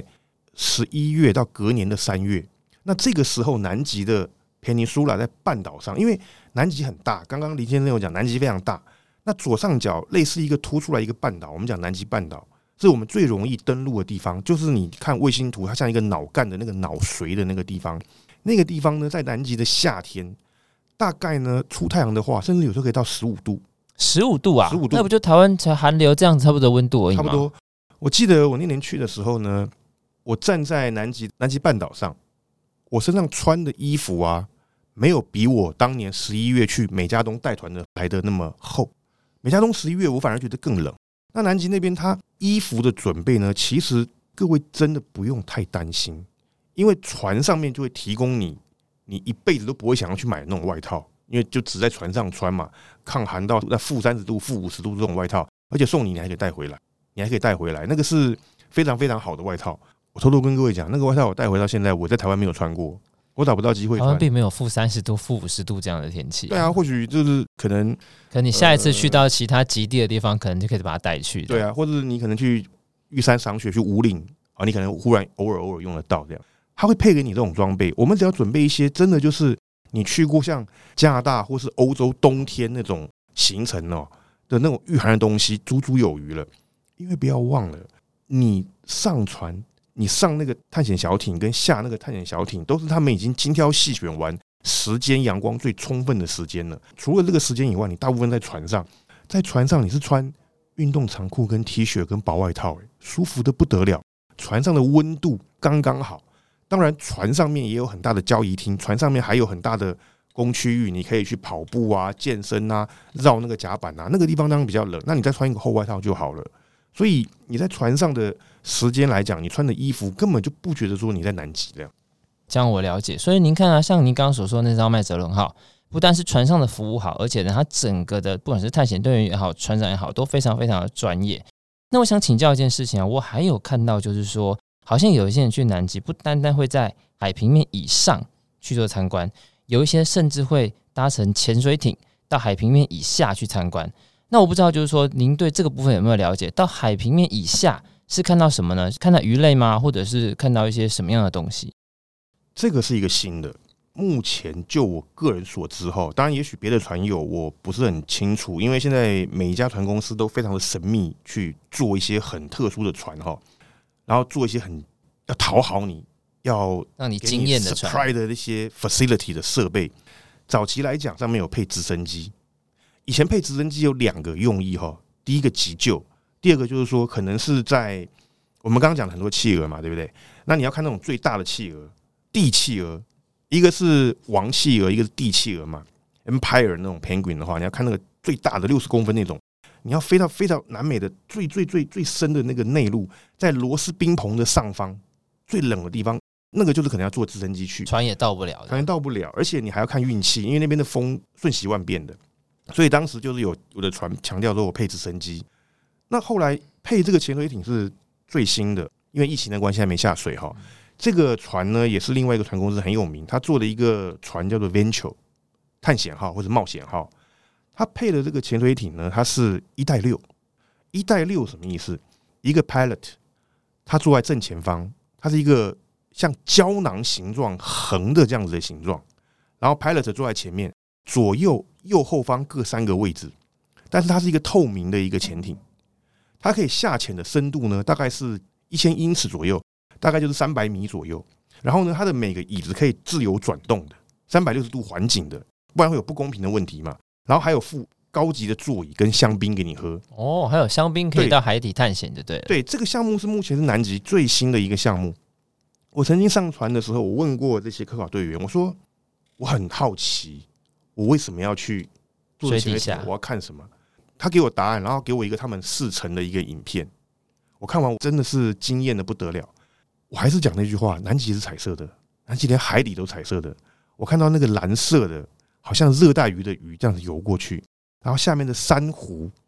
11月到隔年的3月。那这个时候，南极的Peninsula在半岛上，因为南极很大，刚刚林先生有讲，南极非常大。那左上角类似一个凸出来一个半岛，我们讲南极半岛。是我们最容易登陆的地方，就是你看卫星图，它像一个脑干的那个脑髓的那个地方。那个地方呢，在南极的夏天，大概呢出太阳的话，甚至有时候可以到15度。 15度啊 ，15度， 那不就台湾才寒流这样差不多温度而已吗？ 差不多。我记得我那年去的时候呢，我站在南极半岛上，我身上穿的衣服啊，没有比我当年11月去美加东带团的来的那么厚。美加东11月我反而觉得更冷。那南极那边，它衣服的准备呢，其实各位真的不用太担心，因为船上面就会提供你一辈子都不会想要去买那种外套，因为就只在船上穿嘛，抗寒到在-30度、-50度这种外套，而且送你还可以带回来，那个是非常非常好的外套。我偷偷跟各位讲，那个外套我带回到现在，我在台湾没有穿过，我找不到机会穿。 台湾并没有-30度、-50度这样的天气。 对啊，或许就是可能你下一次去到其他极地的地方，可能就可以把它带去。 对啊，或者你可能去玉山赏雪、去五岭啊，你可能忽然偶尔用得到这样。他会配给你这种装备，我们只要准备一些真的就是你去过像加拿大或是欧洲冬天那种行程的那种御寒的东西，足足有余了。因为不要忘了，你上船，你上那个探险小艇跟下那个探险小艇，都是他们已经精挑细选完时间阳光最充分的时间了。除了这个时间以外，你大部分在船上，你是穿运动长裤跟 T 恤跟薄外套，舒服的不得了。船上的温度刚刚好，当然船上面也有很大的交谊厅，船上面还有很大的公区域，你可以去跑步啊、健身啊、绕那个甲板啊，那个地方当然比较冷，那你再穿一个厚外套就好了。所以你在船上的时间来讲，你穿的衣服根本就不觉得说你在南极这样。 这样我了解。所以您看啊，像您刚刚所说的那艘麦哲伦号，不但是船上的服务好，而且呢，它整个的不管是探险队员也好，船长也好，都非常非常的专业。那我想请教一件事情啊，我还有看到就是说，好像有一些人去南极，不单单会在海平面以上去做参观，有一些甚至会搭乘潜水艇到海平面以下去参观。那我不知道，就是说您对这个部分有没有了解？到海平面以下是看到什么呢？看到鱼类吗？或者是看到一些什么样的东西？ 这个是一个新的，目前就我个人所知当然也许别的船友我不是很清楚，因为现在每一家船公司都非常的神秘，去做一些很特殊的船然后做一些很要讨好你，要让你惊艳的船 surprise 的那些 facility 的设备。早期来讲，上面有配直升机。以前配直升机有2个用意第一个急救，第二个就是说可能是在我们刚刚讲了很多企鹅嘛，对不对？那你要看那种最大的企鹅，地企鹅，一个是王企鹅，一个是地企鹅嘛。Empire 那种 penguin 的话，你要看那个最大的60公分那种，你要飞到南美的最深的那个内陆，在罗斯冰棚的上方最冷的地方，那个就是可能要坐直升机去， 船也到不了， 而且你还要看运气，因为那边的风瞬息万变的。所以当时就是有的船强调说我配直升机，那后来配这个潜水艇是最新的，因为疫情的关系还没下水这个船呢也是另外一个船公司很有名，他做的一个船叫做 Venture 探险号或者冒险号，他配的这个潜水艇呢，它是1带6。1带6什么意思？一个 pilot 他坐在正前方，它是一个像胶囊形状横的这样子的形状，然后 pilot 坐在前面，左右后方各3个位置，但是它是一个透明的一个潜艇，它可以下潜的深度呢大概是1000英尺左右，大概就是300米左右。然后呢，它的每个椅子可以自由转动的，360度环景的，不然会有不公平的问题嘛。然后还有附高级的座椅跟香槟给你喝。 还有香槟可以到海底探险就对了。 对，这个项目是目前是南极最新的一个项目。我曾经上船的时候，我问过这些科考队员，我说我很好奇，我为什么要去做潜水艇？我要看什么？他给我答案，然后给我一个他们试乘的一个影片。我看完我真的是惊艳的不得了。我还是讲那句话，南极是彩色的，南极连海底都彩色的。我看到那个蓝色的，好像热带鱼的鱼这样子游过去，然后下面的珊瑚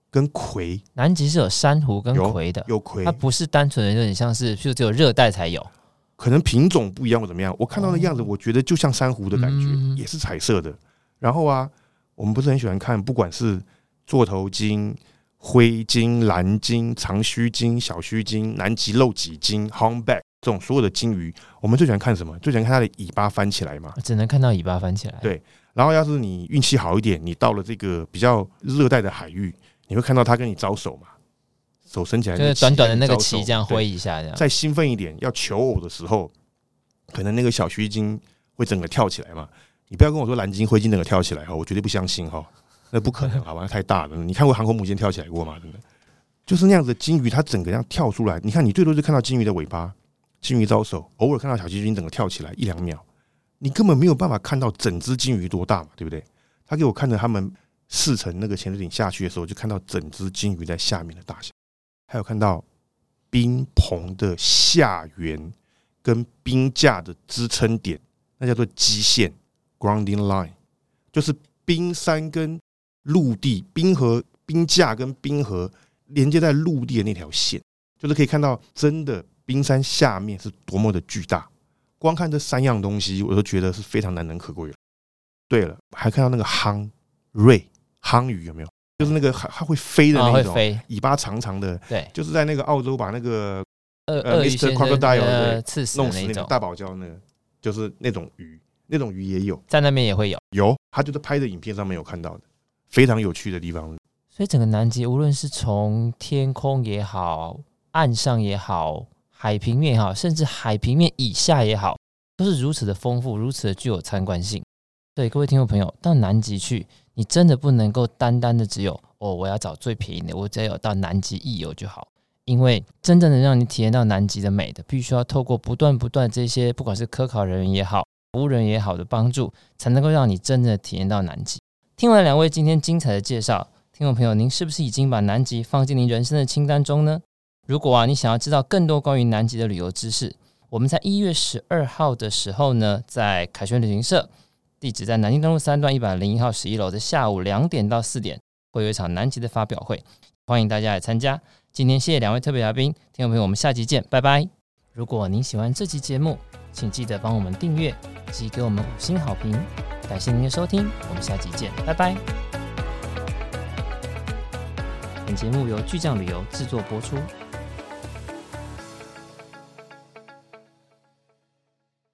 跟葵。 南极是有珊瑚跟葵的， 有葵， 它不是单纯的有点像是就只有热带才有， 可能品种不一样或怎么样。我看到的样子，我觉得就像珊瑚的感觉，也是彩色的。然后啊，我们不是很喜欢看，不管是座头鲸、灰鲸、蓝鲸、长须鲸、小须鲸、南极漏脊鲸、humpback 这种所有的鲸鱼，我们最喜欢看什么？最喜欢看它的尾巴翻起来嘛？ 只能看到尾巴翻起来。 对。然后要是你运气好一点，你到了这个比较热带的海域，你会看到它跟你招手嘛，手伸起来， 就是短短的那个旗这样挥一下，这样。 再兴奋一点，要求偶的时候，可能那个小须鲸会整个跳起来嘛。你不要跟我说蓝鲸、灰鲸整个跳起来哈，我绝对不相信哈，那不可能，好吧？太大了。你看过航空母舰跳起来过吗？真的就是那样子的鲸鱼，它整个这样跳出来。你看，你最多是看到鲸鱼的尾巴，鲸鱼招手，偶尔看到小须鲸整个跳起来1-2秒。你根本没有办法看到整只鲸鱼多大嘛，对不对？他给我看着他们4层那个潜水艇下去的时候，就看到整只鲸鱼在下面的大小，还有看到冰棚的下缘跟冰架的支撑点，那叫做基线 （grounding line）， 就是冰山跟陆地、冰河、冰架跟冰河连接在陆地的那条线，就是可以看到真的冰山下面是多么的巨大。光看这3样东西，我都觉得是非常难能可贵的。对了，还看到那个夯鱼有没有？就是那个它会飞的那种，尾巴长长的。 对， 就是在那个澳洲把那个鳄鱼先生 crocodile 刺死弄死那种大堡礁，那个就是那种鱼，那种鱼也有， 在那边也会有。 他就是拍的影片上面有看到的，非常有趣的地方。 所以整个南极，无论是从天空也好，岸上也好，海平面也好，甚至海平面以下也好，都是如此的丰富，如此的具有参观性。对各位听众朋友，到南极去，你真的不能够单单的只有我要找最便宜的，我只要有到南极一游就好。因为真正的让你体验到南极的美的，必须要透过不断这些不管是科考人员也好，服务人员也好的帮助，才能够让你真正的体验到南极。听完2位今天精彩的介绍，听众朋友，您是不是已经把南极放进您人生的清单中呢？如果你想要知道更多关于南极的旅游知识，我们在1月12号的时候呢，在凯旋旅行社，地址在南京东路3段101号11楼的下午2点到4点，会有一场南极的发表会，欢迎大家来参加。今天谢谢2位特别来宾，听众朋友，我们下集见，拜拜。如果您喜欢这期节目，请记得帮我们订阅及给我们5星好评，感谢您的收听，我们下集见，拜拜。本节目由巨匠旅游制作播出。